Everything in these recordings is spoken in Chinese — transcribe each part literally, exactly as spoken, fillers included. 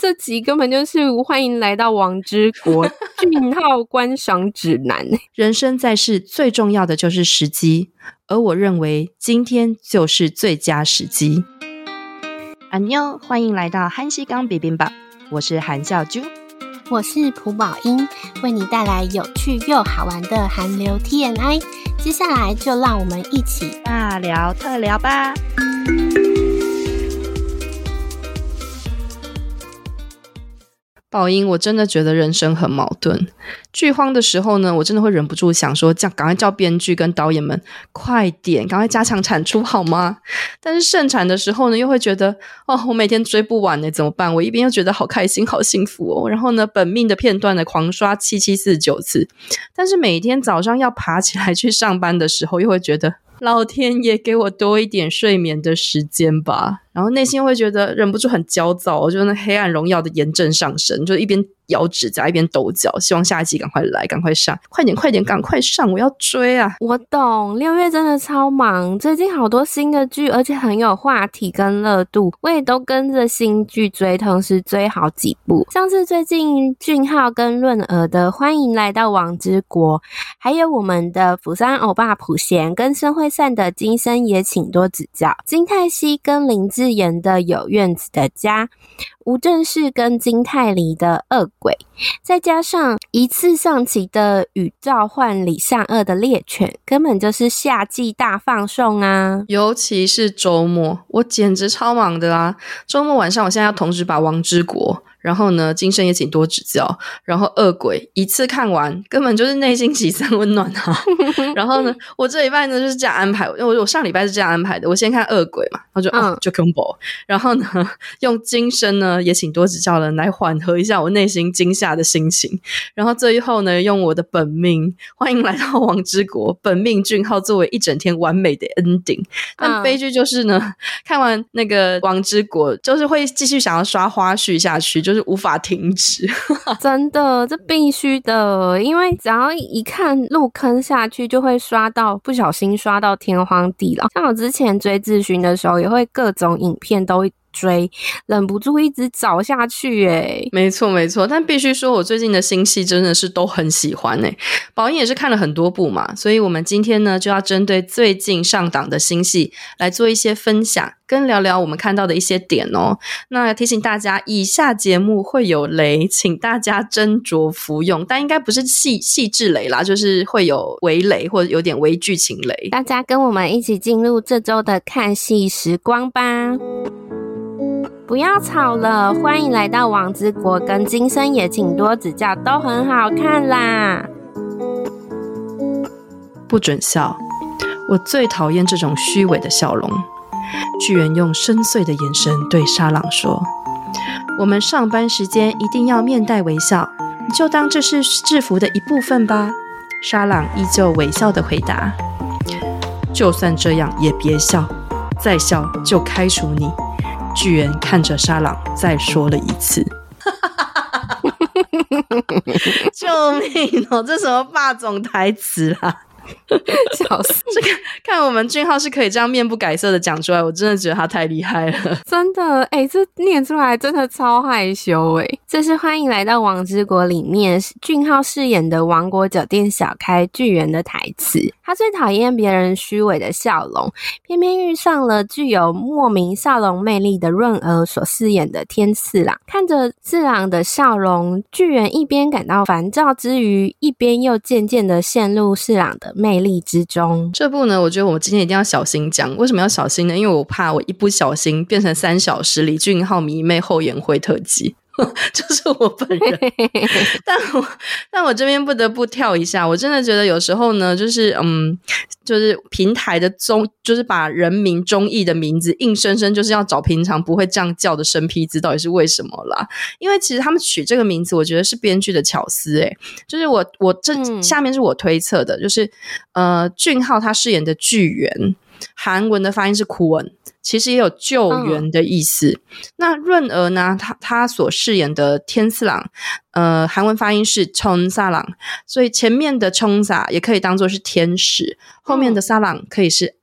这集根本就是欢迎来到王之国俊浩观赏指南。 人生在世最重要的就是时机，而我认为今天就是最佳时机。安妞，欢迎来到韩西刚 bibimbap， 我是韩笑珠， 我是朴宝英，为你带来有趣又好玩的韩流 T M I。 接下来就让我们一起大聊特聊吧。宝英，我真的觉得人生很矛盾。剧荒的时候呢，我真的会忍不住想说，这样赶快叫编剧跟导演们快点，赶快加强产出好吗？但是盛产的时候呢，又会觉得哦，我每天追不完呢，怎么办？我一边又觉得好开心好幸福哦，然后呢，本命的片段呢狂刷七七四十九次，但是每天早上要爬起来去上班的时候，又会觉得老天爷给我多一点睡眠的时间吧。然后内心会觉得忍不住很焦躁，就那黑暗荣耀的炎症上升，就一边咬指甲一边抖脚，希望下一集赶快来赶快上，快点快点赶快上，我要追啊。 我懂，六月真的超忙，最近好多新的剧，而且很有话题跟热度，我也都跟着新剧追，同时追好几部，像是最近俊浩跟润儿的欢迎来到王之国，还有我们的釜山欧巴朴贤跟申惠善的今生也请多指教，金泰熙跟林智妍的有院子的家，吴正式跟金泰梨的恶鬼，再加上一次上齐的宇召唤李尚二的猎犬，根本就是夏季大放送啊。 尤其是周末，我简直超忙的啊。周末晚上我现在要同时把王之国，然后呢今生也请多指教，然后恶鬼一次看完，根本就是内心喜三温暖啊。然后呢我这礼拜呢就是这样安排，我我上礼拜是这样安排的，我先看恶鬼嘛，然后就、嗯、哦就 combo， 然后呢用今生呢也请多指教人来缓和一下我内心惊吓的心情，然后最后呢用我的本命欢迎来到王之国本命俊浩作为一整天完美的 ending。 但悲剧就是呢、嗯、看完那个王之国就是会继续想要刷花絮下去，就是无法停止。 真的，这必须的，因为只要一看入坑下去就会刷到，不小心刷到天荒地老。像我之前追自寻的时候也会各种影片都追，忍不住一直找下去耶。 没错没错，但必须说我最近的新戏真的是都很喜欢耶。宝英也是看了很多部嘛，所以我们今天呢就要针对最近上档的新戏来做一些分享，跟聊聊我们看到的一些点哦。那提醒大家，以下节目会有雷，请大家斟酌服用，但应该不是细细致雷啦，就是会有微雷或者有点微剧情雷。 大家跟我们一起进入这周的看戏时光吧。不要吵了，欢迎来到王之国跟今生也请多指教，都很好看啦。 不准笑，我最讨厌这种虚伪的笑容。巨人用深邃的眼神对沙朗说，我们上班时间一定要面带微笑，你就当这是制服的一部分吧。沙朗依旧微笑的回答，就算这样也别笑，再笑就开除你。巨人看着沙朗再说了一次。救命哦，这什么霸总台词啦。 笑死！ 这个看我们俊浩是可以这样面不改色的讲出来，我真的觉得他太厉害了。 真的，哎、欸，这念出来真的超害羞哎。这是欢迎来到王之国里面俊浩饰演的王国酒店小开巨人的台词。他最讨厌别人虚伪的笑容，偏偏遇上了具有莫名笑容魅力的润儿所饰演的天次郎。看着次郎的笑容，巨人一边感到烦躁之余，一边又渐渐的陷入次郎的魅力之中。 这部呢，我觉得我们今天一定要小心讲。为什么要小心呢？因为我怕我一不小心变成三小时李俊浩迷妹后援会特辑。就是我本人。但我但我这边不得不跳一下，我真的觉得有时候呢，就是嗯，就是平台的综，就是把人民中意的名字硬生生就是要找平常不会这样叫的生僻字，到底是为什么啦？因为其实他们取这个名字，我觉得是编剧的巧思诶、欸。就是我我这、嗯、下面是我推测的，就是呃，俊浩他饰演的巨源，韩文的发音是苦文，其实也有救援的意思。嗯、那润儿呢，他他所饰演的天次郎，呃，韩文发音是冲萨郎，所以前面的冲萨也可以当作是天使，后面的萨郎可以是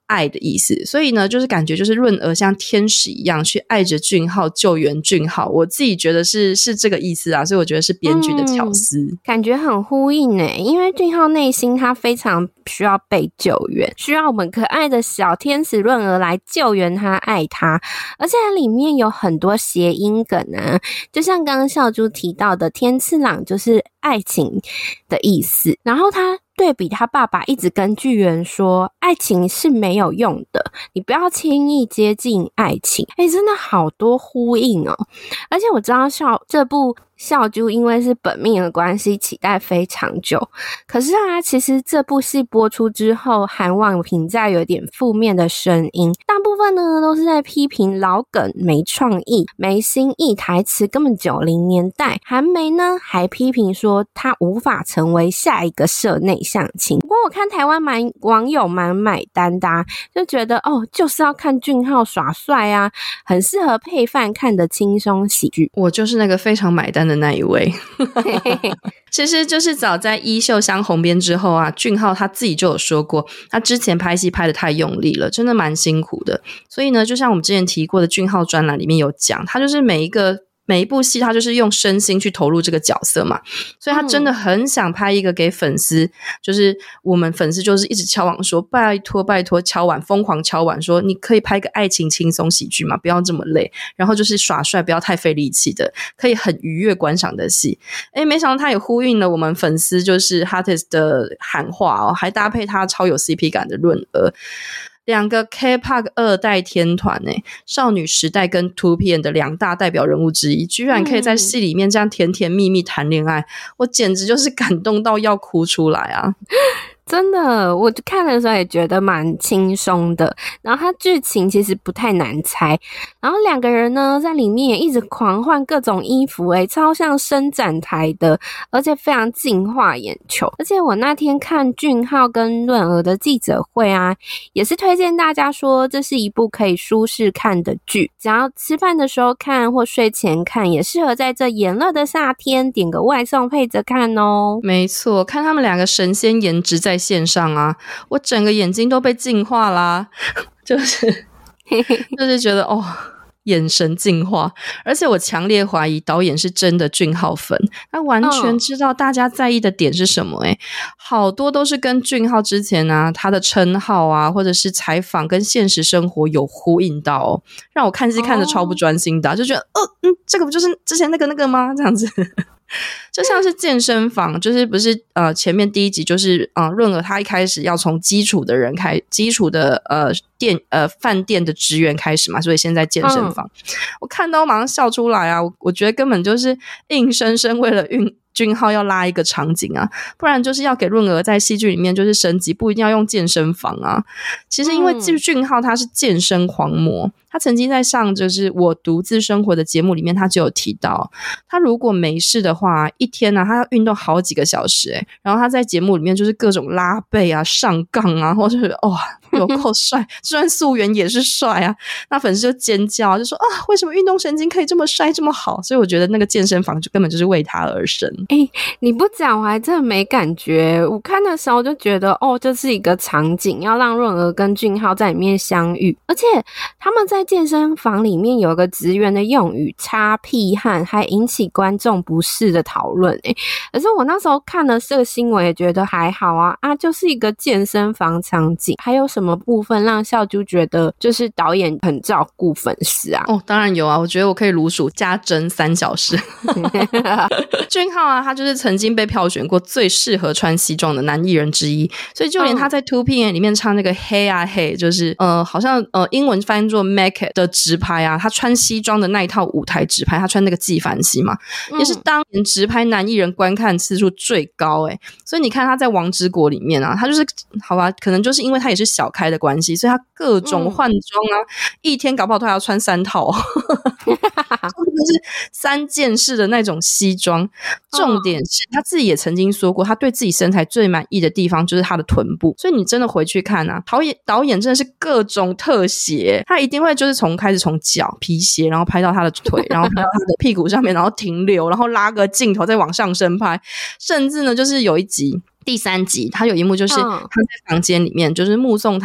爱的意思，所以呢就是感觉就是润儿像天使一样去爱着俊浩，救援俊浩，我自己觉得是是这个意思啊，所以我觉得是编剧的巧思、 嗯、感觉很呼应耶，因为俊浩内心他非常需要被救援，需要我们可爱的小天使润儿来救援他，爱他，而且里面有很多谐音梗啊，就像刚刚笑珠提到的天次郎就是爱情的意思，然后他对比他爸爸一直跟巨源说爱情是没有用的，你不要轻易接近爱情，诶真的好多呼应哦。而且我知道笑这部笑珠因为是本命的关系期待非常久，可是啊其实这部戏播出之后韩网评价有点负面的声音，大部分呢都是在批评老梗没创意没新意，台词根本九零年代，韩媒呢还批评说他无法成为下一个社内相亲。不过我看台湾蛮网友蛮买单的、啊、就觉得哦就是要看俊浩耍帅啊，很适合配饭看的轻松喜剧。 我就是那个非常买单的那一位其实就是早在衣袖香红遍之后啊，俊浩他自己就有说过他之前拍戏拍得太用力了，真的蛮辛苦的，所以呢就像我们之前提过的俊浩专栏里面有讲，他就是每一个每一部戏他就是用身心去投入这个角色嘛，所以他真的很想拍一个给粉丝、嗯、就是我们粉丝就是一直敲碗说拜托拜托，敲碗疯狂敲碗说你可以拍个爱情轻松喜剧嘛，不要这么累，然后就是耍帅不要太费力气的，可以很愉悦观赏的戏。诶没想到他也呼应了我们粉丝就是 Hottest 的喊话哦，还搭配他超有 C P 感的润儿，两个 K-pop 二代天团诶，少女时代跟 two P M 的两大代表人物之一，居然可以在戏里面这样甜甜蜜蜜谈恋爱、嗯、我简直就是感动到要哭出来啊真的，我看的时候也觉得蛮轻松的，然后它剧情其实不太难猜，然后两个人呢在里面也一直狂换各种衣服诶，超像伸展台的，而且非常净化眼球。而且我那天看俊浩跟润儿的记者会啊，也是推荐大家说这是一部可以舒适看的剧，只要吃饭的时候看或睡前看，也适合在这炎热的夏天点个外送配着看哦。 没错，看他们两个神仙颜值在线上啊，我整个眼睛都被净化啦就是就是觉得哦眼神净化，而且我强烈怀疑导演是真的俊浩粉，他完全知道大家在意的点是什么诶、欸、好多都是跟俊浩之前啊他的称号啊或者是采访跟现实生活有呼应到哦，让我看戏看得超不专心的、啊、就觉得哦嗯这个不就是之前那个那个吗这样子就像是健身房，就是不是呃前面第一集就是呃润儿他一开始要从基础的人开基础的呃店呃饭店的职员开始嘛，所以现在健身房、嗯、我看到马上笑出来啊，我我觉得根本就是硬生生为了运俊浩要拉一个场景啊，不然就是要给润儿在戏剧里面就是升级，不一定要用健身房啊。其实因为俊浩他是健身狂魔，他曾经在上就是我独自生活的节目里面他就有提到，他如果没事的话一天啊他要运动好几个小时诶、欸、然后他在节目里面就是各种拉背啊上杠啊，或者是哇、哦、有够帅就算素颜也是帅啊，那粉丝就尖叫就说啊为什么运动神经可以这么帅这么好，所以我觉得那个健身房就根本就是为他而生。 诶、欸、你不讲我还真的没感觉，我看的时候就觉得哦这是一个场景要让润儿跟俊浩在里面相遇，而且他们在健身房里面有个职员的用语擦屁汗还引起观众不适的讨论诶，可是我那时候看了这个新闻也觉得还好啊啊就是一个健身房场景，还有什么部分让笑珠觉得就是导演很照顾粉丝啊？ 哦当然有啊，我觉得我可以如数加针三小时俊浩啊他就是曾经被票选过最适合穿西装的男艺人之一，所以就连他在 two P M 里面唱那个嘿啊嘿就是呃好像呃英文翻译作 make it 的直拍啊，他穿西装的那一套舞台直拍，他穿那个纪梵希嘛、嗯、也是当年直拍男艺人观看次数最高诶、欸、所以你看他在王之国里面啊，他就是好吧可能就是因为他也是小开的关系，所以他各种换装啊、嗯、一天搞不好他还要穿三套就是三件式的那种西装，重点是他自己也曾经说过他对自己身材最满意的地方就是他的臀部，所以你真的回去看啊，导演导演真的是各种特写，他一定会就是从开始从脚皮鞋然后拍到他的腿然后拍到他的屁股上面然后停留，然后拉个镜头再往上升拍，甚至呢就是有一集第三集他有一幕就是他在房间里面就是目送他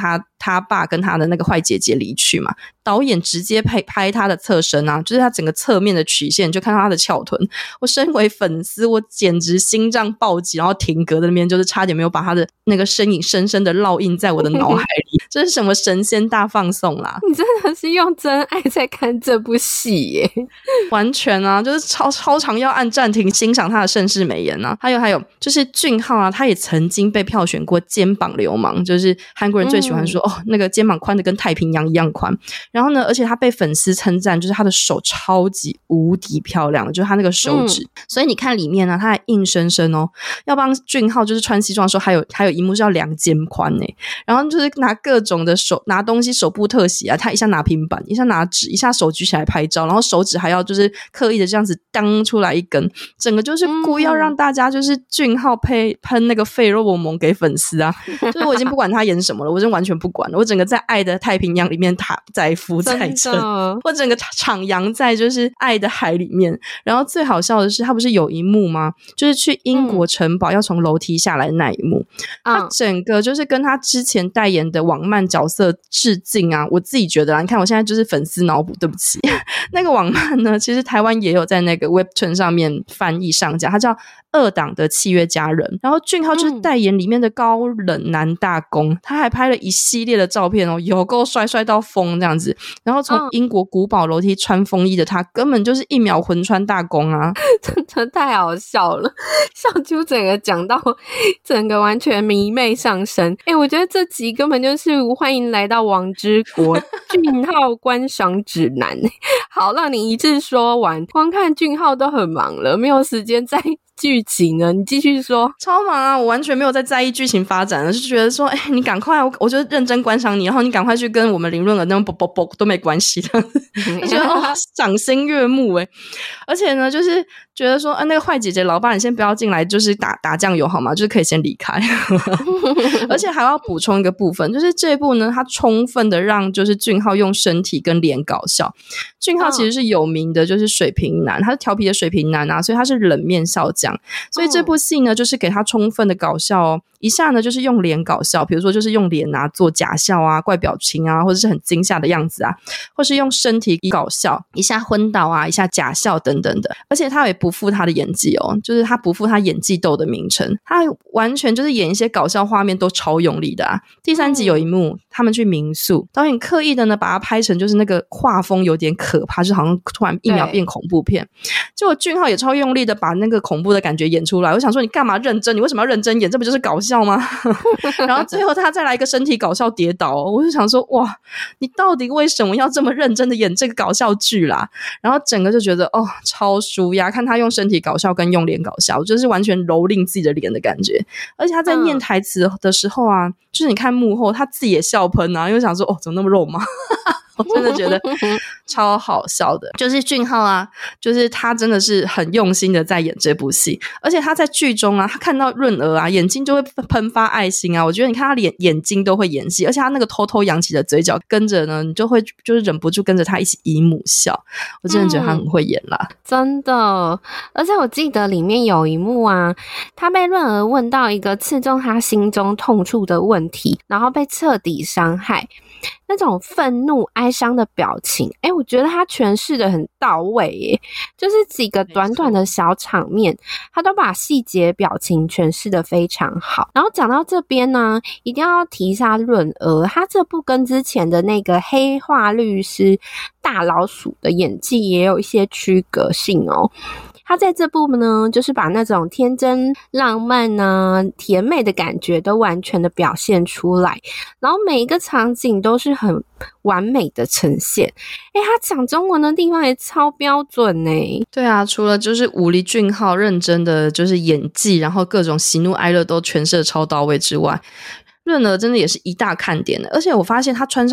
他爸跟他的那个坏姐姐离去嘛，导演直接拍拍他的侧身啊，就是他整个侧面的曲线，就看到他的翘臀。我身为粉丝，我简直心脏暴击，然后停格在那边，就是差点没有把他的那个身影深深的烙印在我的脑海里。这是什么神仙大放送啦？ 你真的是用真爱在看这部戏耶！ 完全啊，就是超超常要按暂停欣赏他的盛世美颜啊。还有还有，就是俊浩啊，他也曾经被票选过肩膀流氓，就是韩国人最喜欢说、嗯、哦，那个肩膀宽的跟太平洋一样宽。然后呢，而且他被粉丝称赞，就是他的手超级无敌漂亮，就是他那个手指、嗯、所以你看里面呢、啊，他还硬生生哦要帮俊浩就是穿西装的时候，还有还有一幕是要量肩宽诶，然后就是拿各种的手拿东西手部特写啊，他一下拿平板，一下拿纸，一下手举起来拍照，然后手指还要就是刻意的这样子当出来一根，整个就是故意要让大家就是俊浩配喷那个费洛蒙给粉丝啊，就是我已经不管他演什么了，我真完全不管了，我整个在爱的太平洋里面他在浮在沉，我整个徜徉在就是爱的海里面。然后最好笑的是他不是有一幕吗，就是去英国城堡要从楼梯下来的那一幕、嗯、他整个就是跟他之前代言的网漫角色致敬啊，我自己觉得啦，你看我现在就是粉丝脑补，对不起那个网漫呢其实台湾也有在那个 Webtoon 上面翻译上架，它叫二档的契约家人，然后俊浩就是代言里面的高冷男大公、嗯、他还拍了一系列的照片哦，有够帅帅到疯这样子，然后从英国古堡楼梯穿风衣的他根本就是一秒魂穿大公啊真的太好笑了，笑就整个讲到整个完全迷妹上身。诶、欸、我觉得这集根本就是欢迎来到王之国俊浩观赏指南好，让你一次说完，光看俊浩都很忙了，没有时间再剧情呢，你继续说。 超忙啊，我完全没有在在意剧情发展了，就觉得说哎、欸，你赶快，我我就认真观赏你，然后你赶快去跟我们林润儿那种啵啵啵都没关系的我觉得哦，赏心悦目诶。而且呢就是觉得说、啊、那个坏姐姐老爸你先不要进来就是打打酱油好吗，就是可以先离开而且还要补充一个部分，就是这一部呢它充分的让就是俊浩用身体跟脸搞笑。俊浩其实是有名的就是水瓶男，他是调皮的水瓶男啊，所以他是冷面笑匠，所以这部戏呢就是给他充分的搞笑哦。一下呢就是用脸搞笑，比如说就是用脸啊做假笑啊怪表情啊，或者是很惊吓的样子啊，或是用身体搞笑，一下昏倒啊一下假笑等等的。而且他也不负他的演技哦，就是他不负他演技斗的名称，他完全就是演一些搞笑画面都超用力的啊。第三集有一幕、嗯、他们去民宿，导演刻意的呢把它拍成就是那个画风有点可怕，就好像突然一秒变恐怖片，结果俊浩也超用力的把那个恐怖的感觉演出来。我想说你干嘛认真，你为什么要认真演，这不就是搞笑吗然后最后他再来一个身体搞笑跌倒、哦、我就想说哇你到底为什么要这么认真的演这个搞笑剧啦。然后整个就觉得哦超舒压，看他用身体搞笑跟用脸搞笑，就是完全蹂躏自己的脸的感觉。而且他在念台词的时候啊、嗯、就是你看幕后他自己也笑喷啊，因为想说哦怎么那么肉麻我真的觉得超好笑的。就是俊浩啊，就是他真的是很用心的在演这部戏，而且他在剧中啊他看到润儿啊眼睛就会喷发爱心啊，我觉得你看他眼眼睛都会演戏，而且他那个偷偷扬起的嘴角跟着呢你就会就是忍不住跟着他一起姨母笑，我真的觉得他很会演啦、嗯、 真的。而且我记得里面有一幕啊，他被润儿问到一个刺中他心中痛处的问题，然后被彻底伤害，那种愤怒哀伤的表情，诶我觉得他诠释的很到位耶，就是几个短短的小场面他都把细节表情诠释的非常好。然后讲到这边呢一定要提一下润儿，他这部跟之前的那个黑化律师大老鼠的演技也有一些区隔性哦。他在这部呢就是把那种天真浪漫啊甜美的感觉都完全的表现出来，然后每一个场景都是很完美的呈现。诶他讲中文的地方也超标准耶。 对啊，除了就是武力俊浩认真的就是演技，然后各种喜怒哀乐都诠释的超到位之外，润儿真的也是一大看点的。而且我发现他穿上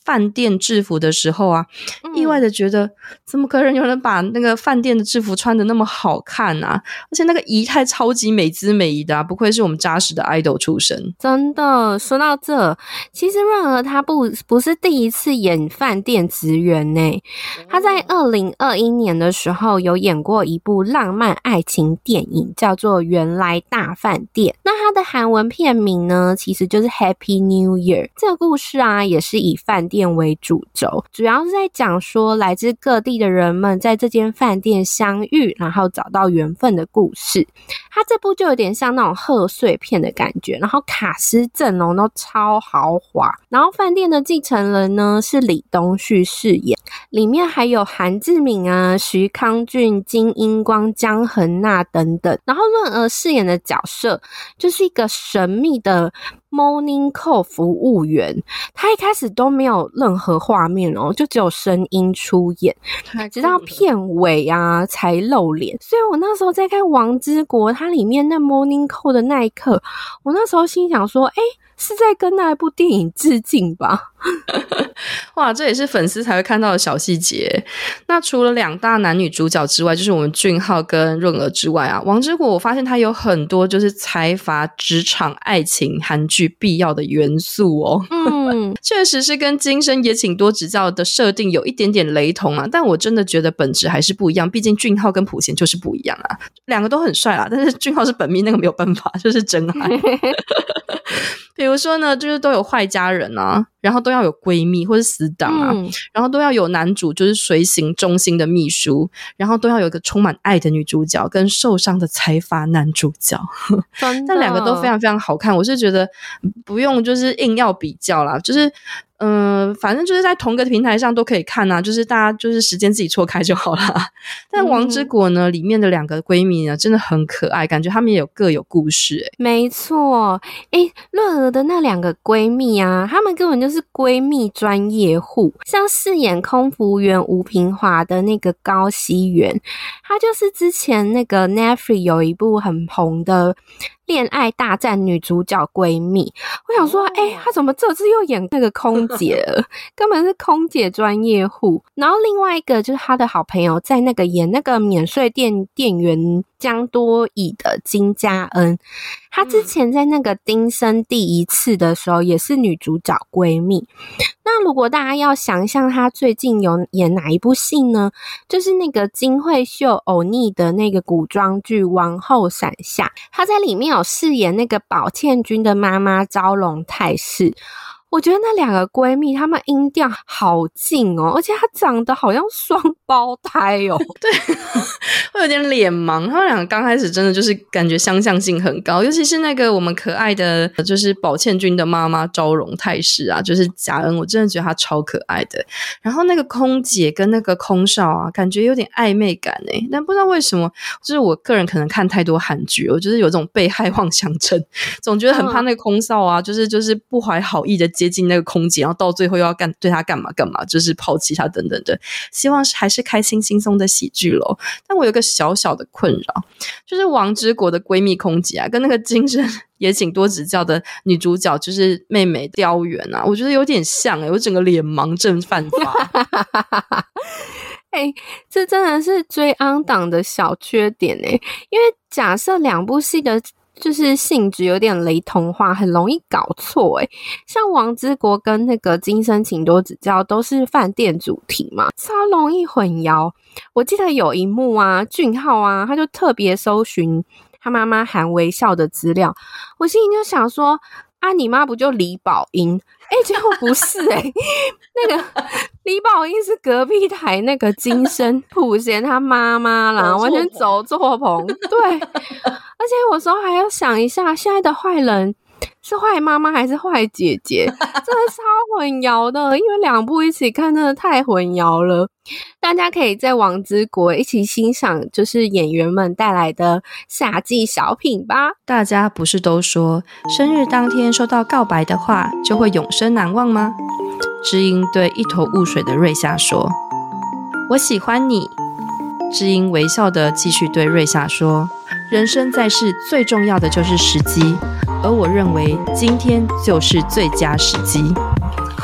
饭店制服的时候啊，嗯、意外的觉得怎么可能有人把那个饭店的制服穿得那么好看啊，而且那个仪态超级美姿美仪的啊，不愧是我们扎实的 idol 出身。 真的，说到这，其实润儿她不不是第一次演饭店职员呢，她在二零二一年的时候有演过一部浪漫爱情电影，叫做《原来大饭店》。那它的韩文片名呢，其实就是 Happy New Year。这个故事啊，也是以饭店为主轴，主要是在讲说来自各地的人们在这间饭店相遇，然后找到缘分的故事。它这部就有点像那种贺岁片的感觉，然后卡司阵容都超豪华，然后饭店的继承人呢是李东旭饰演，里面还有韩志敏啊、徐康俊、金英光、姜恒娜等等。然后润儿饰演的角色就是一个神秘的Morning Call 服务员，他一开始都没有任何画面哦，就只有声音出演，直到片尾啊才露脸。所以我那时候在看《王之国》它里面那 Morning Call 的那一刻，我那时候心想说，诶，是在跟那一部电影致敬吧？ 哇，这也是粉丝才会看到的小细节。那除了两大男女主角之外，就是我们俊浩跟润儿之外啊，王之国我发现他有很多就是财阀、职场、爱情韩剧必要的元素哦。嗯，确实是跟今生也请多指教的设定有一点点雷同啊，但我真的觉得本质还是不一样，毕竟俊浩跟朴贤就是不一样啊，两个都很帅啦，但是俊浩是本命，那个没有办法，就是真爱。比如说呢，就是都有坏家人啊，然后都要有闺蜜或是死党啊、嗯、然后都要有男主就是随行忠心的秘书，然后都要有一个充满爱的女主角跟受伤的财阀男主角。但两个都非常非常好看，我是觉得不用就是硬要比较啦，就是嗯、呃，反正就是在同个平台上都可以看啊，就是大家就是时间自己错开就好啦。但王之国呢、嗯、里面的两个闺蜜呢真的很可爱，感觉她们也有各有故事欸。 没错，诶，润儿的那两个闺蜜啊，她们根本就是闺蜜专业户，像饰演空服员吴平华的那个高熙元，她就是之前那个 Netflix 有一部很红的恋爱大战女主角闺蜜，我想说诶、欸、她怎么这次又演那个空姐了根本是空姐专业户。然后另外一个就是她的好朋友在那个演那个免税店店员江多乙的金佳恩，她之前在那个丁生第一次的时候也是女主角闺蜜。那如果大家要想象她最近有演哪一部戏呢，就是那个金惠秀欧尼的那个古装剧《王后伞下》，她在里面有饰演那个宝倩君的妈妈昭容太氏。我觉得那两个闺蜜她们音调好近哦，而且她长得好像双胞胎哦。 对，会有点脸盲。他们两个刚开始真的就是感觉相像性很高，尤其是那个我们可爱的就是宝倩君的妈妈昭容太氏啊，就是贾恩，我真的觉得她超可爱的。然后那个空姐跟那个空少啊，感觉有点暧昧感诶，但不知道为什么，就是我个人可能看太多韩剧，我就是有这种被害妄想症，总觉得很怕那个空少啊，就是就是不怀好意的接近那个空姐，然后到最后又要干对她干嘛干嘛，就是抛弃她等等的。希望是还是开心轻松的喜剧咯。但我有个小小的困扰，就是王之国的闺蜜空姐啊，跟那个今生也请多指教的女主角就是妹妹雕媛啊，我觉得有点像诶、欸、我整个脸盲症犯法。 欸，这真的是追昂档的小缺点欸，因为假设两部戏的就是性质有点雷同化，很容易搞错诶。像王之国跟那个今生请多指教都是饭店主题嘛，超容易混淆。我记得有一幕啊，俊浩啊他就特别搜寻他妈妈韩微笑的资料，我心里就想说啊，你妈不就李宝英？诶、欸、结果不是诶、欸、那个李宝英是隔壁台那个今生朴贤他妈妈啦，完全走错棚。对，而且我说还要想一下，现在的坏人是坏妈妈还是坏姐姐，真的超混淆的，因为两部一起看真的太混淆了。大家可以在王之国一起欣赏就是演员们带来的夏季小品吧。 大家不是都说生日当天收到告白的话就会永生难忘吗？知音对一头雾水的瑞夏说，我喜欢你。知音微笑的继续对瑞夏说，人生在世最重要的就是时机，而我认为今天就是最佳时机。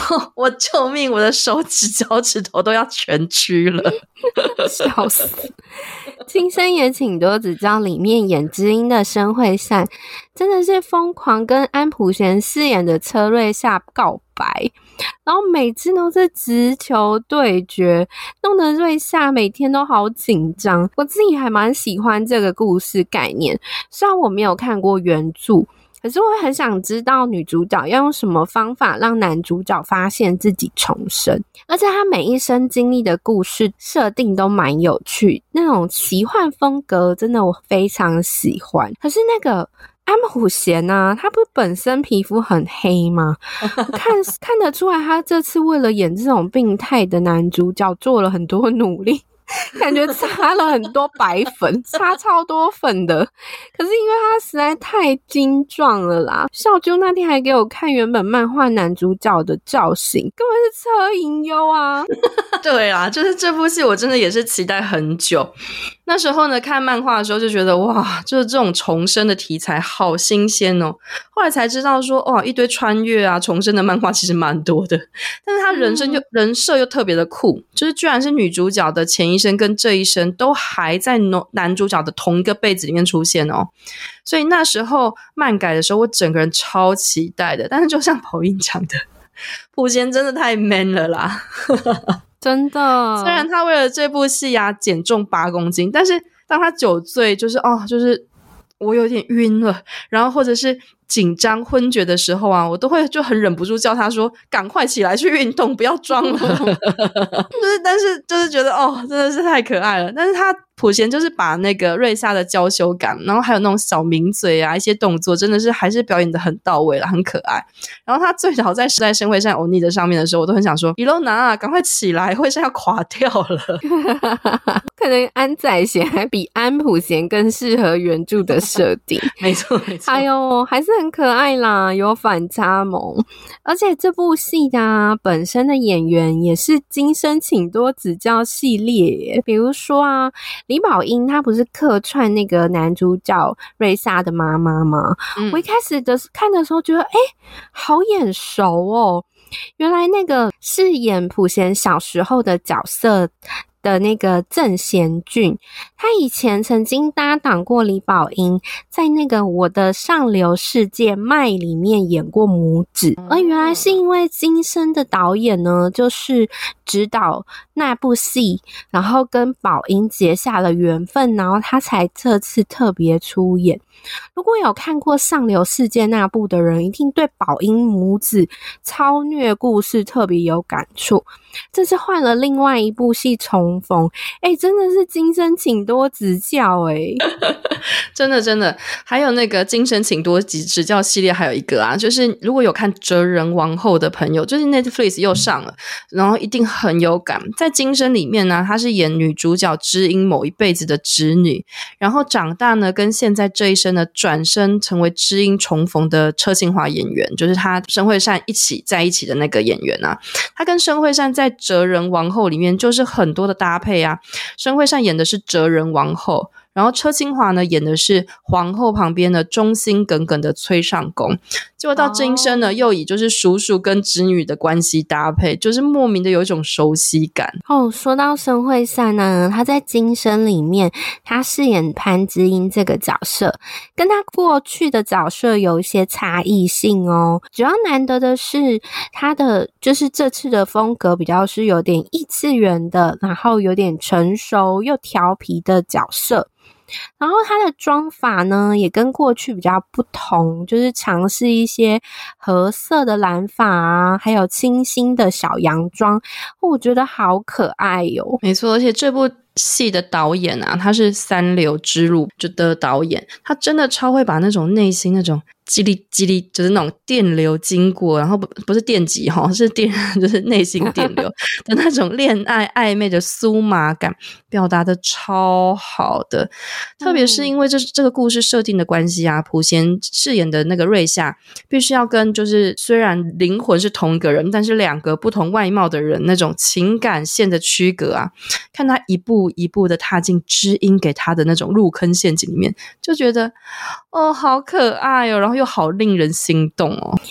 后我救命，我的手指脚趾头都要全蛆了。 笑死。今生也请多指教里面演知音的申惠善真的是疯狂跟安普贤饰演的车瑞夏告白，然后每次都是直球对决，弄得瑞夏每天都好紧张。我自己还蛮喜欢这个故事概念，虽然我没有看过原著，可是我很想知道女主角要用什么方法让男主角发现自己重生，而且他每一生经历的故事设定都蛮有趣，那种奇幻风格真的我非常喜欢。可是那个安普贤啊，他不是本身皮肤很黑吗？看看得出来他这次为了演这种病态的男主角做了很多努力，感觉擦了很多白粉，擦超多粉的。可是因为他实在太精壮了啦，少啾那天还给我看原本漫画男主角的造型，根本是车银优啊。 对啦，就是这部戏我真的也是期待很久。那时候呢，看漫画的时候就觉得哇，就是这种重生的题材好新鲜哦。后来才知道说，哇，一堆穿越啊重生的漫画其实蛮多的，但是他人生就、嗯、人设又特别的酷，就是居然是女主角的前一生跟这一生都还在男主角的同一个辈子里面出现哦。所以那时候漫改的时候我整个人超期待的，但是就像宝英讲的，普贤真的太 man 了啦。 真的， 虽然他为了这部戏啊减重八公斤，但是当他酒醉就是哦就是我有点晕了，然后或者是紧张昏厥的时候啊，我都会就很忍不住叫他说赶快起来去运动，不要装了。就是但是就是觉得哦真的是太可爱了。但是他普贤就是把那个瑞夏的娇羞感，然后还有那种小抿嘴啊一些动作真的是还是表演得很到位了，很可爱。然后他最早在时代申惠善欧尼的上面的时候，我都很想说伊洛娜赶快起来，惠善要垮掉了。 可能安宰贤还比安普贤更适合原著的设定。 没错没错， 哎呦还是很可爱啦，有反差萌。而且这部戏啊本身的演员也是今生请多指教系列耶，比如说啊李宝英她不是客串那个男主角瑞夏的妈妈吗、嗯、我一开始的看的时候觉得诶好眼熟哦，原来那个饰演普贤小时候的角色的那个郑贤俊，他以前曾经搭档过李宝英，在那个我的上流世界麦里面演过母子。而原来是因为今生的导演呢就是指导那部戏，然后跟宝英结下了缘分，然后他才这次特别出演。如果有看过上流世界那部的人，一定对宝英母子超虐故事特别有感触。这次换了另外一部戏重逢，诶真的是今生请多指教诶真的真的。还有那个今生请多指教系列还有一个啊，就是如果有看哲人王后的朋友，就是 Netflix 又上了，然后一定很有感。在今生里面呢，她是演女主角知音某一辈子的侄女，然后长大呢跟现在这一生呢转身成为知音重逢的车庆华演员，就是她申惠善一起在一起的那个演员啊。她跟申惠善在哲人王后里面就是很多的搭配啊，申惠善演的是哲人王后，然后车清华呢演的是皇后旁边的忠心耿耿的崔尚宫，结果到今生呢、oh. 又以就是叔叔跟侄女的关系搭配，就是莫名的有一种熟悉感。 哦，说到申惠善呢，她在今生里面她饰演潘知音这个角色，跟她过去的角色有一些差异性哦。主要难得的是她的就是这次的风格比较是有点异次元的，然后有点成熟又调皮的角色。然后他的妆法呢也跟过去比较不同，就是尝试一些褐色的染发啊，还有清新的小洋装，我觉得好可爱哟。 没错，而且这部戏的导演啊，他是三流之路的导演，他真的超会把那种内心那种叽哩叽哩，就是那种电流经过，然后不不是电击齁，是电，就是内心电流的那种恋爱暧昧的酥麻感表达的超好的。特别是因为这这个故事设定的关系啊，普贤饰演的那个瑞夏必须要跟就是虽然灵魂是同一个人，但是两个不同外貌的人那种情感线的区隔啊，看他一步一步的踏进知音给他的那种入坑陷阱里面，就觉得哦好可爱哦，然后又好令人心动哦。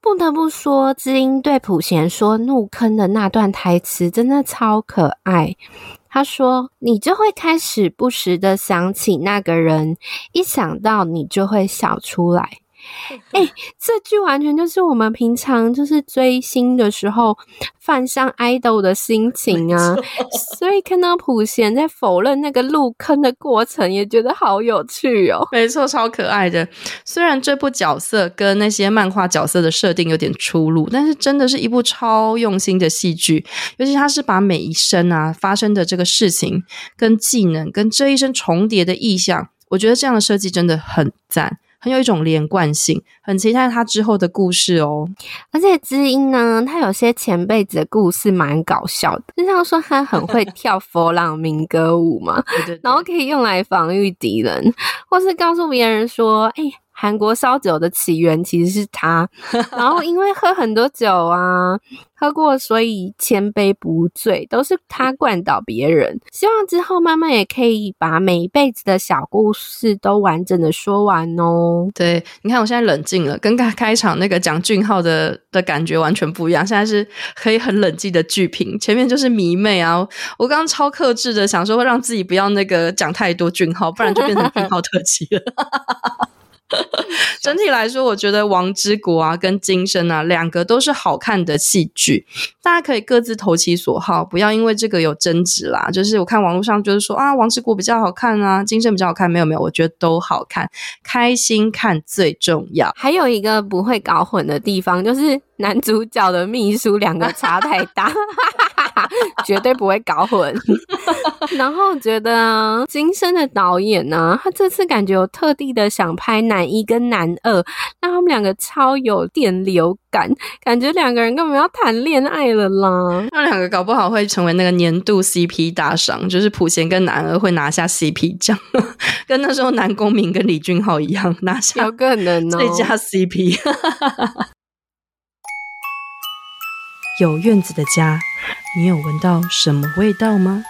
不得不说，知音对普贤说怒坑的那段台词真的超可爱。他说，你就会开始不时的想起那个人，一想到你就会笑出来。哎、欸，这句完全就是我们平常就是追星的时候犯上 idol 的心情啊，所以看到普贤在否认那个入坑的过程，也觉得好有趣哦。 没错，超可爱的。虽然这部角色跟那些漫画角色的设定有点出入，但是真的是一部超用心的戏剧。尤其他是把每一生啊发生的这个事情跟技能跟这一生重叠的意象，我觉得这样的设计真的很赞。很有一种连贯性，很期待他之后的故事哦。 而且知音呢，他有些前辈子的故事蛮搞笑的，就像说他很会跳佛朗明哥舞嘛， 对对对， 然后可以用来防御敌人，或是告诉别人说，哎、欸，韩国烧酒的起源其实是他，然后因为喝很多酒啊，喝过所以千杯不醉，都是他灌倒别人。希望之后慢慢也可以把每一辈子的小故事都完整的说完哦。 对，你看我现在冷静了，跟开场那个讲俊浩的的感觉完全不一样，现在是可以很冷静的剧评，前面就是迷妹啊，我刚刚超克制的想说让自己不要那个讲太多俊浩，不然就变成俊浩特辑了。整体来说，我觉得《王之国》啊跟《今生》啊两个都是好看的戏剧，大家可以各自投其所好，不要因为这个有争执啦。就是我看网络上就是说啊，《王之国》比较好看啊，《今生》比较好看，没有没有，我觉得都好看，开心看最重要。 还有一个不会搞混的地方，就是男主角的秘书两个差太大，绝对不会搞混。然后觉得啊，今生的导演呢、啊，他这次感觉有特地的想拍男一跟男二，让他们两个超有电流感，感觉两个人根本要谈恋爱了啦。 那两个搞不好会成为那个年度 C P 大赏，就是普贤跟男二会拿下 C P 奖，跟那时候南宫珉跟李俊浩一样拿下， 有可能哦， 最佳 C P。有院子的家，你有闻到什么味道吗？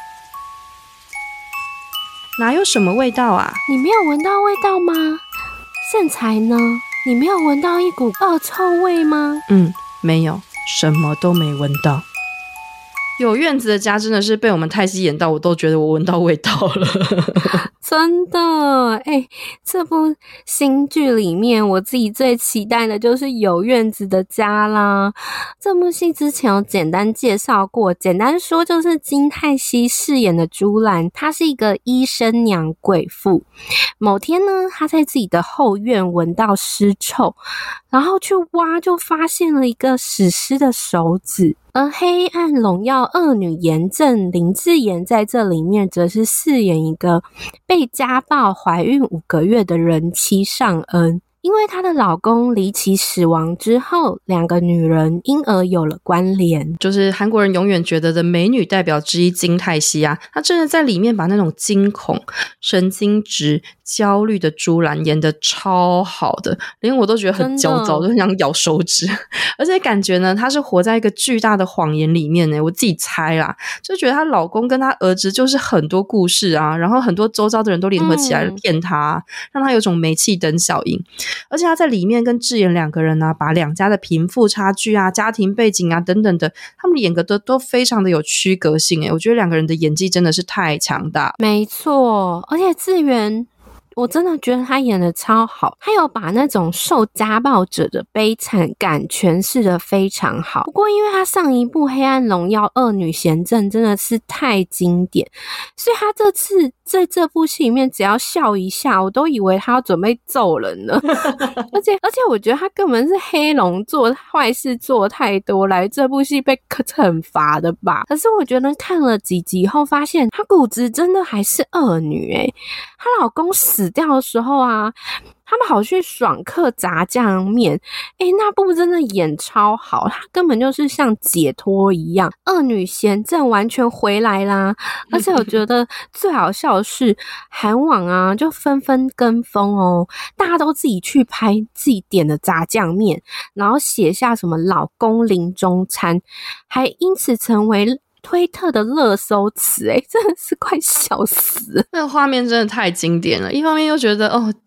哪有什么味道啊？ 你没有闻到味道吗？盛才呢？你没有闻到一股恶臭味吗？ 嗯，没有，什么都没闻到。有院子的家真的是被我们太西演到，我都觉得我闻到味道了。 真的，哎、欸，这部新剧里面，我自己最期待的就是有院子的家啦。这部戏之前有简单介绍过，简单说就是金泰熙饰演的朱兰，她是一个医生娘贵妇。某天呢，她在自己的后院闻到尸臭，然后去挖，就发现了一个死尸的手指。而黑暗荣耀二女严正林智妍在这里面则是饰演一个被家暴怀孕五个月的人妻尚恩。因为她的老公离奇死亡之后，两个女人因而有了关联。 就是韩国人永远觉得的美女代表之一金泰熙啊，她真的在里面把那种惊恐、神经质、焦虑的朱兰演得超好的，连我都觉得很焦躁，都很想咬手指。而且感觉呢，她是活在一个巨大的谎言里面呢。我自己猜啦，就觉得她老公跟她儿子就是很多故事啊，然后很多周遭的人都联合起来骗她、啊嗯，让她有种煤气灯效应。而且他在里面跟智妍两个人啊，把两家的贫富差距啊、家庭背景啊等等的，他们演个都都非常的有区隔性诶，我觉得两个人的演技真的是太强大。 没错，而且智妍我真的觉得他演得超好，他有把那种受家暴者的悲惨感诠释得非常好。不过因为他上一部《黑暗荣耀二女贤正》真的是太经典，所以他这次在这部戏里面只要笑一下，我都以为他要准备揍人了。而且而且我觉得他根本是黑龙做坏事做太多，来这部戏被惩罚的吧。可是我觉得看了几集后发现，他骨子真的还是恶女诶、欸、她老公死死掉的时候啊，他们好去爽客炸酱面，诶、欸、那部真的演超好，他根本就是像解脱一样。二女贤正完全回来啦，而且我觉得最好笑的是韩网啊就纷纷跟风哦，大家都自己去拍自己点的炸酱面，然后写下什么老公临终餐，还因此成为推特的热搜词，诶真的是快笑死了。 那个画面真的太经典了，一方面又觉得哦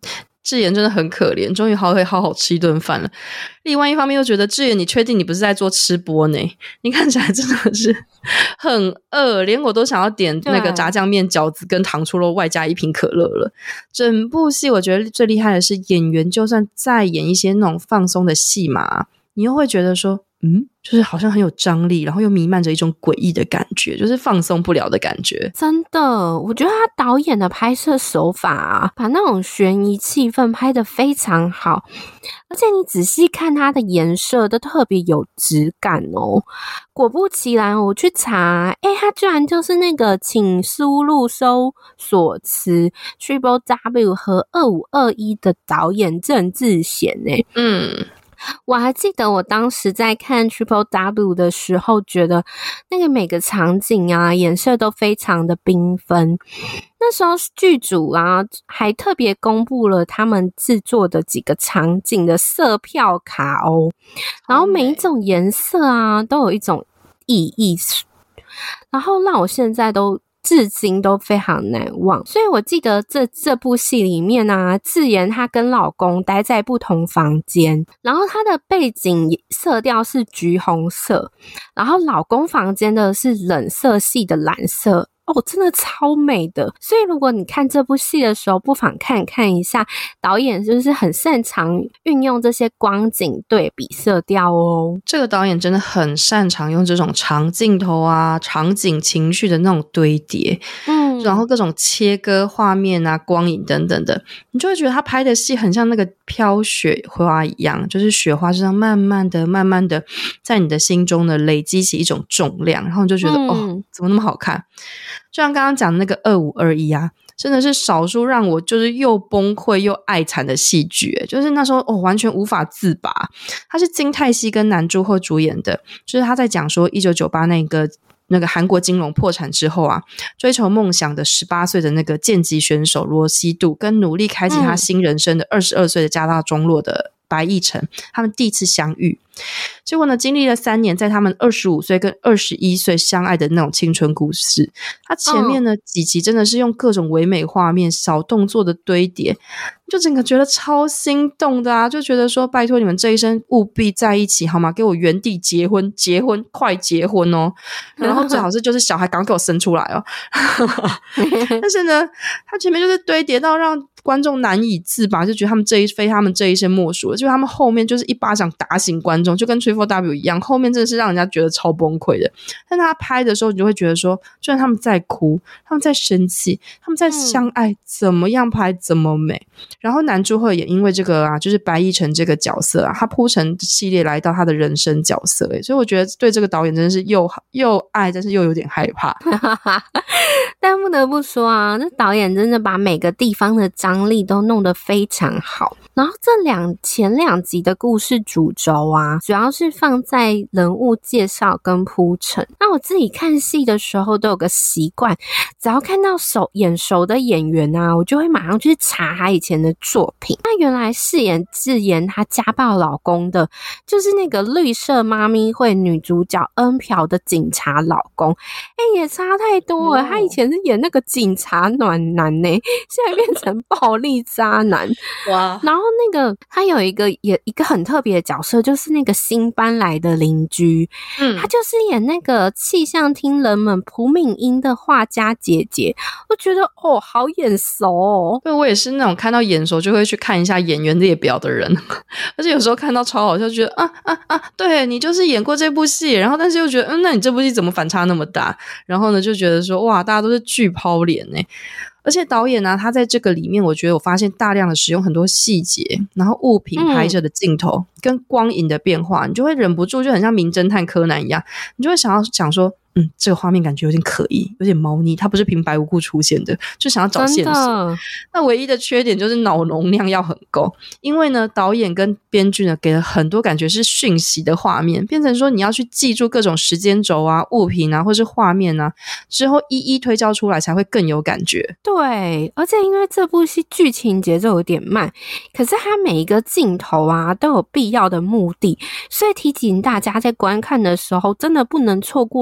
智妍真的很可怜，终于好可以好好吃一顿饭了。另外一方面又觉得智妍，你确定你不是在做吃播呢？你看起来真的是很饿，连我都想要点那个炸酱面、饺子跟糖醋肉外加一瓶可乐了。整部戏我觉得最厉害的是演员，就算再演一些那种放松的戏码，你又会觉得说嗯，就是好像很有张力，然后又弥漫着一种诡异的感觉，就是放松不了的感觉。 真的，我觉得他导演的拍摄手法啊，把那种悬疑气氛拍得非常好，而且你仔细看它的颜色都特别有质感哦。果不其然，我去查，诶，他居然就是那个请输入搜索词 Triple W 和二五二一的导演郑智贤诶。 嗯。 我还记得我当时在看 Triple W 的时候，觉得那个每个场景啊颜色都非常的缤纷。那时候剧组啊还特别公布了他们制作的几个场景的色票卡哦，然后每一种颜色啊都有一种意义，然后让我现在都至今都非常难忘。所以我记得这这部戏里面啊，智妍她跟老公待在不同房间，然后她的背景色调是橘红色，然后老公房间的是冷色系的蓝色。哦，真的超美的。所以如果你看这部戏的时候，不妨看看一下导演是不是很擅长运用这些光景对比色调哦。 这个导演真的很擅长用这种长镜头啊、场景情绪的那种堆叠，嗯，然后各种切割画面啊、光影等等的，你就会觉得他拍的戏很像那个飘雪花一样，就是雪花就这样慢慢的、慢慢的在你的心中呢累积起一种重量，然后你就觉得、嗯、哦，怎么那么好看？就像刚刚讲的那个二五二一啊，真的是少数让我就是又崩溃又爱惨的戏剧，就是那时候哦完全无法自拔。他是金泰熙跟南柱赫主演的，就是他在讲说一九九八那个那个韩国金融破产之后啊，追求梦想的十八岁的那个剑击选手罗希度，跟努力开启他新人生的二十二岁的家大中落的白亦晨，他们第一次相遇。结果呢，经历了三年，在他们二十五岁跟二十一岁相爱的那种青春故事，他前面呢、oh. 几集真的是用各种唯美画面、小动作的堆叠，就整个觉得超心动的啊！就觉得说，拜托你们这一生务必在一起好吗？给我原地结婚，结婚，快结婚哦！然后最好是就是小孩赶快给我生出来哦。但是呢，他前面就是堆叠到让观众难以自拔，就觉得他们这一非他们这一生莫属了。就他们后面就是一巴掌打醒观众，就跟 Triple W 一样，后面真的是让人家觉得超崩溃的。但他拍的时候，你就会觉得说，就算他们在哭，他们在生气，他们在相爱，嗯、怎么样拍怎么美。然后南柱赫也因为这个啊，就是白亦晨这个角色啊，他铺陈系列来到他的人生角色，所以我觉得对这个导演真的是又又爱，但是又有点害怕。 但不得不说啊，这导演真的把每个地方的张力都弄得非常好。然后这两前两集的故事主轴啊，主要是放在人物介绍跟铺陈。那我自己看戏的时候都有个习惯，只要看到熟眼熟的演员啊，我就会马上去查他以前的作品。那原来饰演智妍她家暴老公的，就是那个绿色妈咪会女主角恩朴的警察老公。哎，也差太多了，他以前是演那个警察暖男呢、欸，现在变成暴力渣男。哇！然后那个他有一个也一个很特别的角色，就是那个新搬来的邻居，嗯，他就是演那个气象厅人们朴敏英的画家姐姐。我觉得哦，好眼熟哦。 对，我也是那种看到眼熟就会去看一下演员列表的人，而且有时候看到超好笑，觉得啊啊啊，对你就是演过这部戏，然后但是又觉得嗯，那你这部戏怎么反差那么大？然后呢，就觉得说哇，大家都是巨抛脸欸。而且导演啊，他在这个里面，我觉得我发现大量的使用很多细节，然后物品拍摄的镜头、嗯、跟光影的变化，你就会忍不住，就很像名侦探柯南一样，你就会想要想说，嗯，这个画面感觉有点可疑，有点猫腻，它不是平白无故出现的，就想要找线索。那唯一的缺点就是脑容量要很够，因为呢，导演跟编剧呢给了很多感觉是讯息的画面，变成说你要去记住各种时间轴啊、物品啊，或是画面啊，之后一一推敲出来才会更有感觉。 对，而且因为这部戏剧情节奏有点慢，可是它每一个镜头啊都有必要的目的，所以提醒大家在观看的时候，真的不能错过一些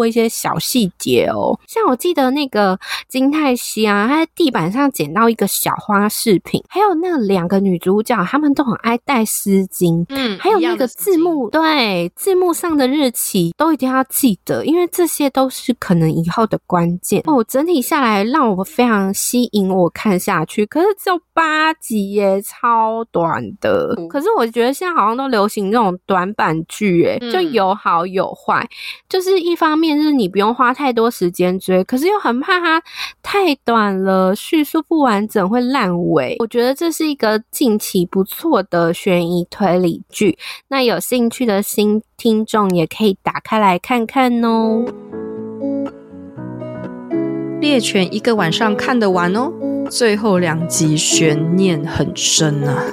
小细节哦。像我记得那个金泰熙啊，他在地板上捡到一个小花饰品，还有那两个女主角他们都很爱戴丝巾， 嗯， 还有那个字幕，对，字幕上的日期都一定要记得，因为这些都是可能以后的关键哦。整体下来让我非常吸引我看下去，可是只有八集耶，超短的。可是我觉得现在好像都流行这种短版剧耶，就有好有坏，就是一方面是你不用花太多时间追，可是又很怕它太短了，叙述不完整会烂尾。我觉得这是一个近期不错的悬疑推理剧，那有兴趣的新听众也可以打开来看看哦。 猎犬一个晚上看得完哦，最后两集悬念很深啊。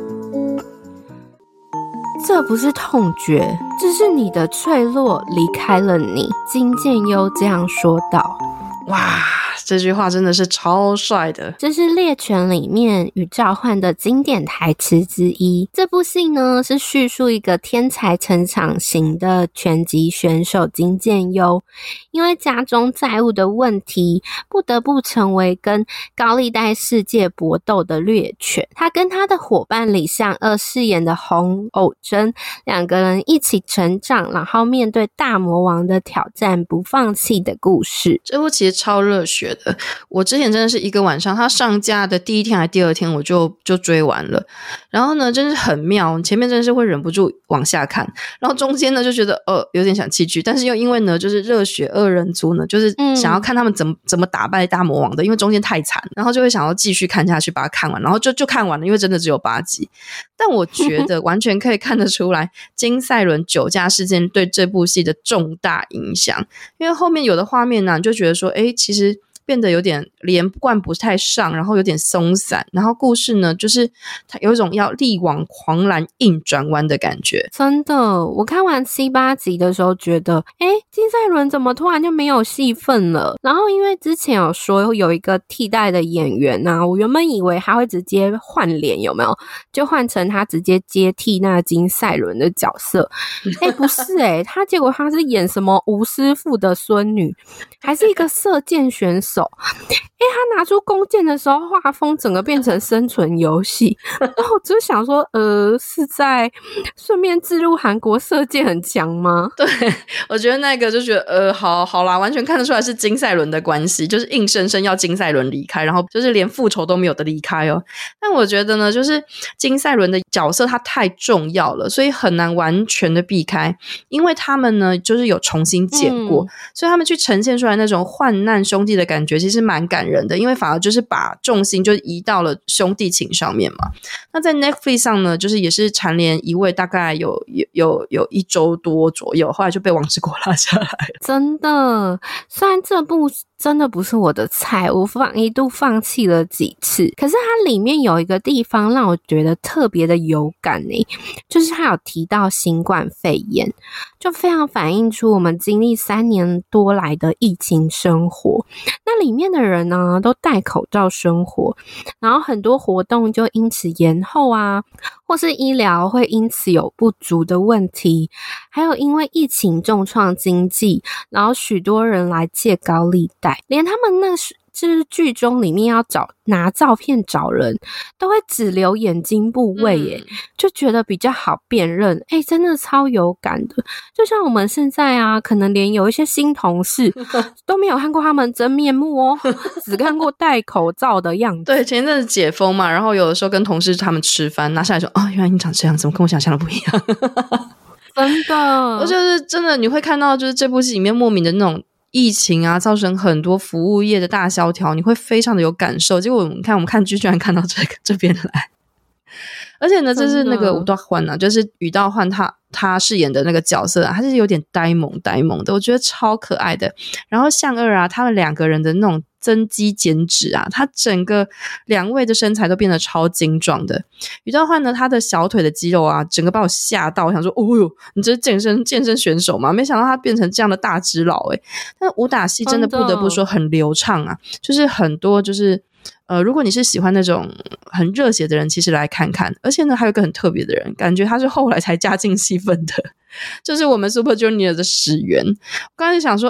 这不是痛觉，这是你的脆弱离开了你，金建优这样说道。 哇，这句话真的是超帅的。 这是猎犬里面与召唤的经典台词之一。这部戏呢，是叙述一个天才成长型的拳击选手金建优，因为家中债务的问题，不得不成为跟高利贷世界搏斗的猎犬。他跟他的伙伴李相二饰演的洪偶真，两个人一起成长，然后面对大魔王的挑战不放弃的故事。 这部其实超热血的，我之前真的是一个晚上，它上架的第一天还第二天我就就追完了。然后呢真是很妙，前面真的是会忍不住往下看，然后中间呢就觉得呃有点想弃剧，但是又因为呢就是热血二人组呢，就是想要看他们怎么、嗯、怎么打败大魔王的，因为中间太惨，然后就会想要继续看下去把它看完，然后就就看完了，因为真的只有八集。但我觉得完全可以看得出来金赛伦酒驾事件对这部戏的重大影响，因为后面有的画面呢你就觉得说诶其实变得有点连贯不太上，然后有点松散，然后故事呢就是它有一种要力挽狂澜硬转弯的感觉。 真的，我看完七八集的时候觉得诶金赛伦怎么突然就没有戏份了，然后因为之前有说有一个替代的演员啊，我原本以为他会直接换脸，有没有就换成他直接接替那金赛伦的角色。诶不是诶他结果他是演什么吴师傅的孙女，还是一个射箭选手。诶他拿出弓箭的时候画风整个变成生存游戏，然后我就想说呃是在顺便置入韩国射箭很强吗？ 对，我觉得那个就觉得呃好好啦，完全看得出来是金赛伦的关系，就是硬生生要金赛伦离开，然后就是连复仇都没有的离开哦。但我觉得呢就是金赛伦的角色他太重要了，所以很难完全的避开，因为他们呢就是有重新剪过、嗯、所以他们去呈现出来那种患难兄弟的感觉其实蛮感人的，因为反而就是把重心就移到了兄弟情上面嘛。那在 Netflix 上呢就是也是蝉联一位大概有有有有一周多左右，后来就被王之国拉下来了。 真的，虽然这部真的不是我的菜，我放一度放弃了几次，可是它里面有一个地方让我觉得特别的有感诶，就是它有提到新冠肺炎，就非常反映出我们经历三年多来的疫情生活。那里面的人呢都戴口罩生活，然后很多活动就因此延后啊，或是医疗会因此有不足的问题，还有因为疫情重创经济，然后许多人来借高利贷，连他们那就是剧中里面要找拿照片找人都会只留眼睛部位耶、嗯、就觉得比较好辨认。诶真的超有感的，就像我们现在啊可能连有一些新同事都没有看过他们真面目哦只看过戴口罩的样子。 对，前阵子解封嘛，然后有的时候跟同事他们吃饭拿下来说哦，原来你长这样，怎么跟我想象的不一样真的， 我就是真的你会看到就是这部戏里面莫名的那种疫情啊造成很多服务业的大萧条，你会非常的有感受。结果我们看我们看剧居然看到这个这边来，而且呢这是那个武道焕啊，就是宇道焕他他饰演的那个角色啊，他是有点呆萌呆萌的，我觉得超可爱的。然后相二啊他们两个人的那种增肌减脂啊，他整个两位的身材都变得超精壮的。宇道焕呢他的小腿的肌肉啊整个把我吓到，我想说哦哟你这是健身健身选手吗？没想到他变成这样的大只佬诶。但武打戏真的不得不说很流畅啊，就是很多就是呃，如果你是喜欢那种很热血的人其实来看看。而且呢还有一个很特别的人，感觉他是后来才加进戏份的，就是我们 Super Junior 的始源。我刚才想说嗯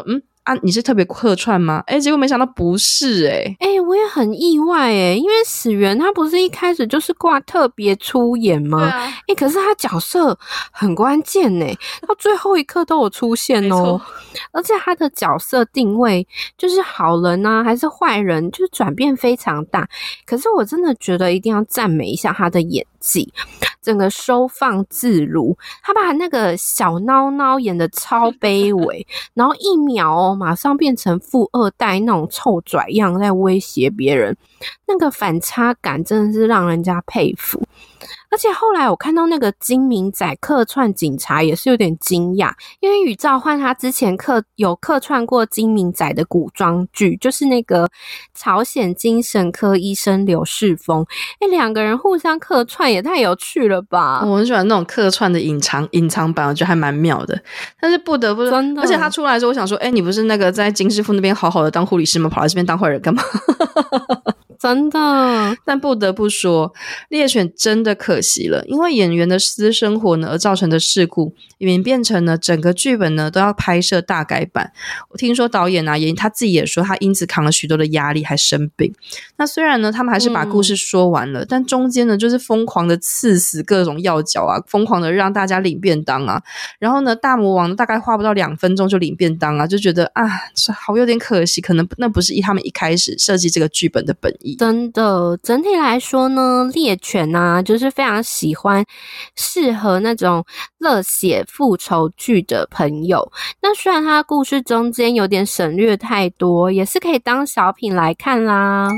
啊，你是特别客串吗？诶结果没想到不是诶诶我也很意外诶因为始源他不是一开始就是挂特别出演吗？ 对啊， 诶可是他角色很关键诶到最后一刻都有出现哦，而且他的角色定位就是好人啊还是坏人，就是转变非常大。可是我真的觉得一定要赞美一下他的演技，整个收放自如，他把那个小孬孬演得超卑微然后一秒哦马上变成富二代那种臭拽样在威胁别人，那个反差感真的是让人家佩服。而且后来我看到那个金明仔客串警察也是有点惊讶，因为宇兆焕他之前客有客串过金明仔的古装剧，就是那个朝鲜精神科医生刘世峰，诶两个人互相客串也太有趣了吧。 我很喜欢那种客串的隐藏隐藏版，我觉得还蛮妙的。但是不得不真的， 而且他出来的时候我想说，诶你不是那个在金师傅那边好好的当护理师吗？跑来这边当坏人干嘛？ 真的。 但不得不说猎犬真的可惜了，因为演员的私生活呢而造成的事故演变成呢整个剧本呢都要拍摄大改版。我听说导演啊也他自己也说他因此扛了许多的压力还生病。那虽然呢他们还是把故事说完了、嗯、但中间呢就是疯狂的刺死各种要角啊，疯狂的让大家领便当啊，然后呢大魔王大概花不到两分钟就领便当啊，就觉得啊好有点可惜，可能那不是他们一开始设计这个剧本的本意。 真的整体来说呢猎犬啊就是非常喜欢适合那种热血复仇剧的朋友，那虽然它故事中间有点省略太多，也是可以当小品来看啦。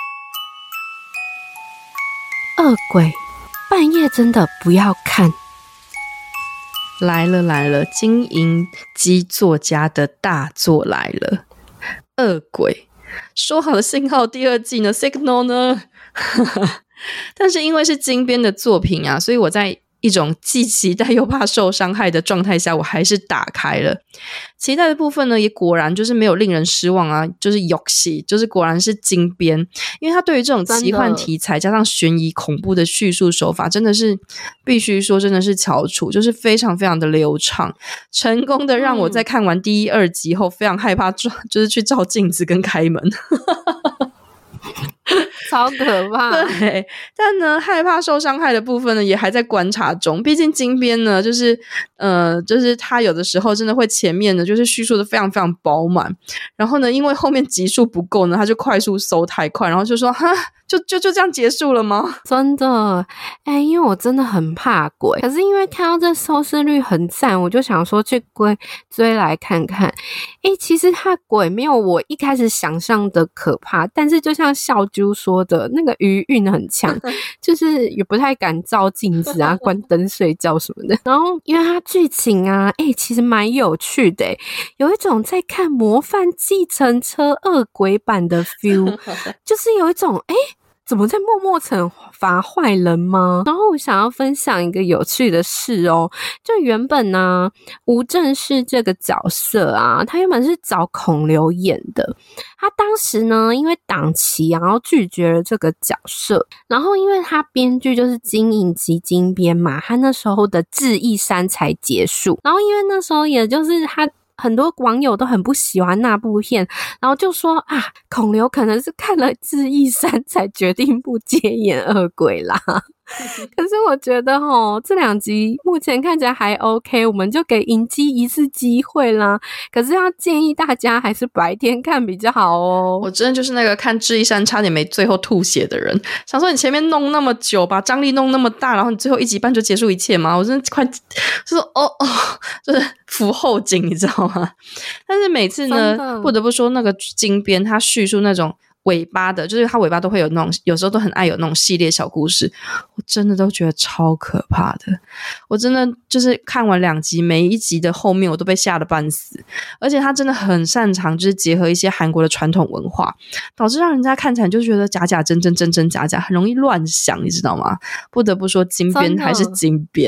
恶鬼半夜真的不要看。 来了来了，金银姬作家的大作来了。恶鬼说好的信号第二季呢 Signal 呢但是因为是金编的作品啊，所以我在一种既期待又怕受伤害的状态下我还是打开了。期待的部分呢也果然就是没有令人失望啊，就是有戏，就是果然是金编，因为他对于这种奇幻题材加上悬疑恐怖的叙述手法真的是必须说真的是翘楚，就是非常非常的流畅，成功的让我在看完第一、嗯、二集后非常害怕就是去照镜子跟开门超可怕。 对，但呢害怕受伤害的部分呢也还在观察中，毕竟金编呢就是呃就是他有的时候真的会前面呢就是叙述的非常非常饱满，然后呢因为后面集数不够呢他就快速收太快，然后就说哈就就就这样结束了吗？ 真的诶因为我真的很怕鬼，可是因为看到这收视率很赞，我就想说去追追来看看。诶其实他鬼没有我一开始想象的可怕，但是就像笑啾说的那个余韵很强就是也不太敢照镜子啊关灯睡觉什么的。然后因为他剧情啊诶其实蛮有趣的诶有一种在看模范计程车恶鬼版的 feel 就是有一种诶怎么在默默惩罚坏人吗？然后我想要分享一个有趣的事哦，就原本呢吴正式这个角色啊他原本是找孔刘演的，他当时呢因为档期然后拒绝了这个角色，然后因为他编剧就是金银姬金编嘛，他那时候的智异山才结束，然后因为那时候也就是他很多网友都很不喜欢那部片，然后就说啊，孔刘可能是看了智异山才决定不接演恶鬼啦。可是我觉得齁这两集目前看起来还 OK， 我们就给银姬一次机会啦，可是要建议大家还是白天看比较好哦。 我真的就是那个看智异山差点没最后吐血的人，想说你前面弄那么久把张力弄那么大，然后你最后一集半就结束一切吗？我真的快就是哦哦就是服后颈你知道吗？但是每次呢不得不说那个金编他叙述那种尾巴的，就是他尾巴都会有那种有时候都很爱有那种系列小故事，我真的都觉得超可怕的。我真的就是看完两集每一集的后面我都被吓得半死，而且他真的很擅长就是结合一些韩国的传统文化，导致让人家看起来就觉得假假真真真真假假，很容易乱想你知道吗？不得不说金编还是金编。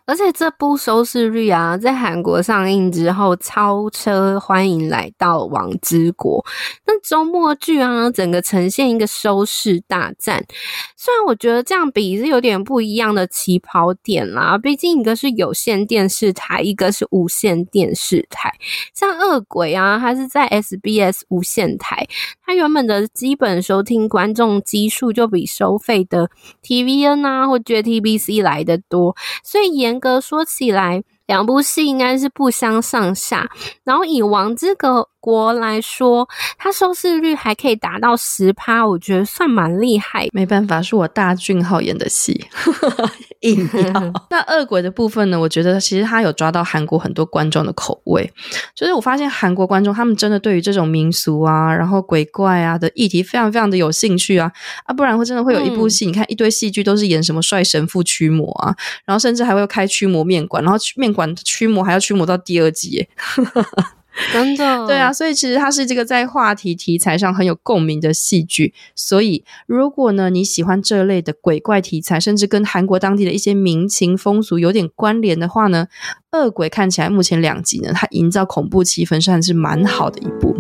而且这部收视率啊，在韩国上映之后超车欢迎来到王之国。那周末剧啊，整个呈现一个收视大战。虽然我觉得这样比是有点不一样的起跑点啦，毕竟一个是有线电视台，一个是无线电视台。像恶鬼啊，它是在 S B S 无线台，它原本的基本收听观众基数就比收费的 T V N 啊或 J T B C 来得多，所以严格说起来，两部戏应该是不相上下。然后以王之国来说，它收视率还可以达到 百分之十， 我觉得算蛮厉害。 没办法，是我大俊浩演的戏硬要那恶鬼的部分呢，我觉得其实他有抓到韩国很多观众的口味。就是我发现韩国观众他们真的对于这种民俗啊然后鬼怪啊的议题非常非常的有兴趣啊啊，不然会真的会有一部戏、嗯、你看一堆戏剧都是演什么帅神父驱魔啊，然后甚至还会开驱魔面馆，然后面馆驱魔还要驱魔到第二集耶真的对啊，所以其实它是这个在话题题材上很有共鸣的戏剧。所以如果呢你喜欢这类的鬼怪题材，甚至跟韩国当地的一些民情风俗有点关联的话呢，恶鬼看起来目前两集呢，它营造恐怖气氛算是蛮好的一部。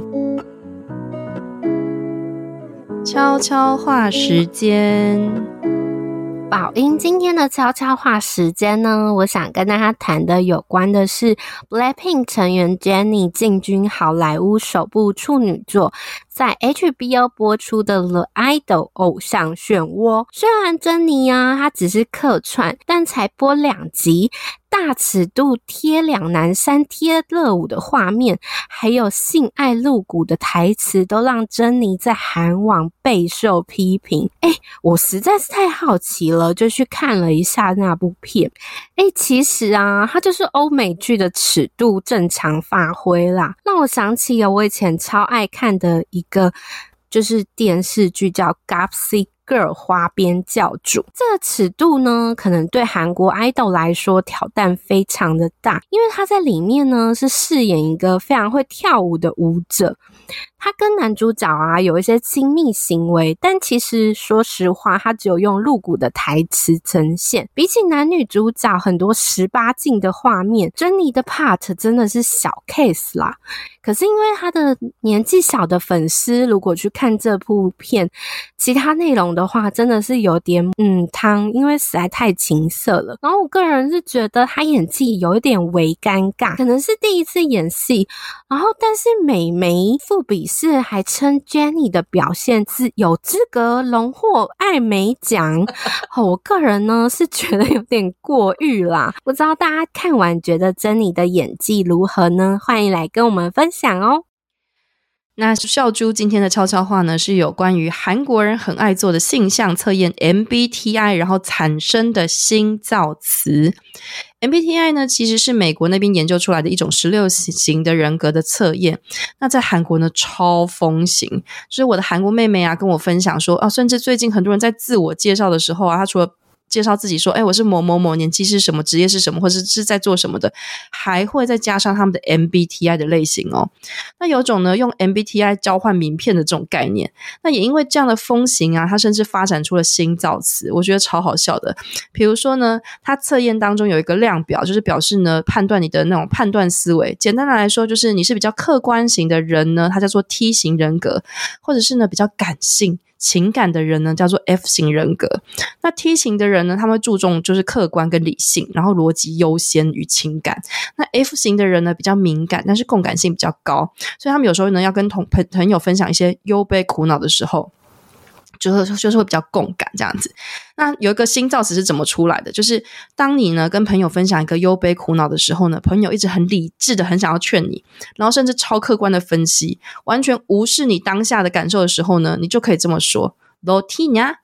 悄悄话时间， 宝英今天的悄悄话时间呢，我想跟大家谈的有关的是 Blackpink 成员 Jennie 进军好莱坞首部处女作，在 H B O 播出的 The Idol 偶像漩涡。虽然珍妮啊她只是客串，但才播两集，大尺度贴两男三贴热舞的画面，还有性爱露骨的台词，都让珍妮在韩网备受批评。诶，我实在是太好奇了，就去看了一下那部片。诶，其实啊，它就是欧美剧的尺度正常发挥啦，让我想起了我以前超爱看的一个就是电视剧叫 Gossip Girl 花边教主。这个尺度呢，可能对韩国 idol 来说挑战非常的大，因为他在里面呢是饰演一个非常会跳舞的舞者，他跟男主角啊有一些亲密行为，但其实说实话，他只有用露骨的台词呈现。比起男女主角很多十八禁的画面，珍妮的 part 真的是小 case 啦。可是因为他的年纪小的粉丝，如果去看这部片，其他内容的话，真的是有点嗯汤，因为实在太情色了。然后我个人是觉得他演技有一点微尴尬，可能是第一次演戏。然后但是美眉富比士还称 Jennie 的表现是有资格荣获艾美奖。哦，我个人呢是觉得有点过誉啦，不知道大家看完觉得珍妮的演技如何呢？欢迎来跟我们分享哦。 那孝珠今天的悄悄话呢，是有关于韩国人很爱做的性向测验 M B T I 然后产生的新造词。 M B T I 呢其实是美国那边研究出来的一种十六型的人格的测验，那在韩国呢超风行。就是我的韩国妹妹啊跟我分享说啊，甚至最近很多人在自我介绍的时候啊，他除了介绍自己说诶我是某某某，年纪是什么，职业是什么，或是是在做什么的，还会再加上他们的 M B T I 的类型哦。那有种呢用 M B T I 交换名片的这种概念，那也因为这样的风行啊，它甚至发展出了新造词，我觉得超好笑的。比如说呢，它测验当中有一个量表，就是表示呢判断你的那种判断思维，简单的来说就是你是比较客观型的人呢，它叫做 T 型人格，或者是呢比较感性情感的人呢叫做 F 型人格。那 T 型的人呢，他们会注重就是客观跟理性，然后逻辑优先于情感。那 F 型的人呢比较敏感，但是共感性比较高，所以他们有时候呢要跟同朋朋友分享一些忧悲苦恼的时候，就是就是会比较共感这样子。那有一个新造词是怎么出来的，就是当你呢跟朋友分享一个忧悲苦恼的时候呢，朋友一直很理智的很想要劝你，然后甚至超客观的分析，完全无视你当下的感受的时候呢，你就可以这么说 너 T냐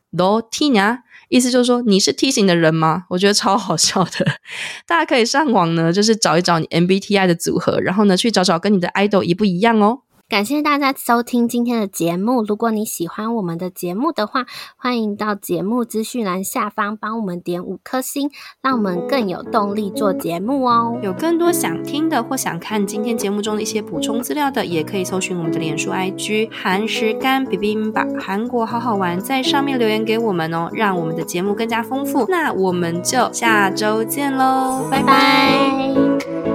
너 T냐， 意思就是说你是 T 型的人吗？我觉得超好笑的。大家可以上网呢就是找一找你 M B T I 的组合，然后呢去找找跟你的 idol 一不一样哦。 感谢大家收听今天的节目，如果你喜欢我们的节目的话，欢迎到节目资讯栏下方帮我们点五颗星，让我们更有动力做节目哦。 有更多想听的或想看今天节目中的一些补充资料的，也可以搜寻我们的脸书 I G 韩食干 bibimbap 韩国好好玩，在上面留言给我们哦，让我们的节目更加丰富。那我们就下周见咯，拜拜。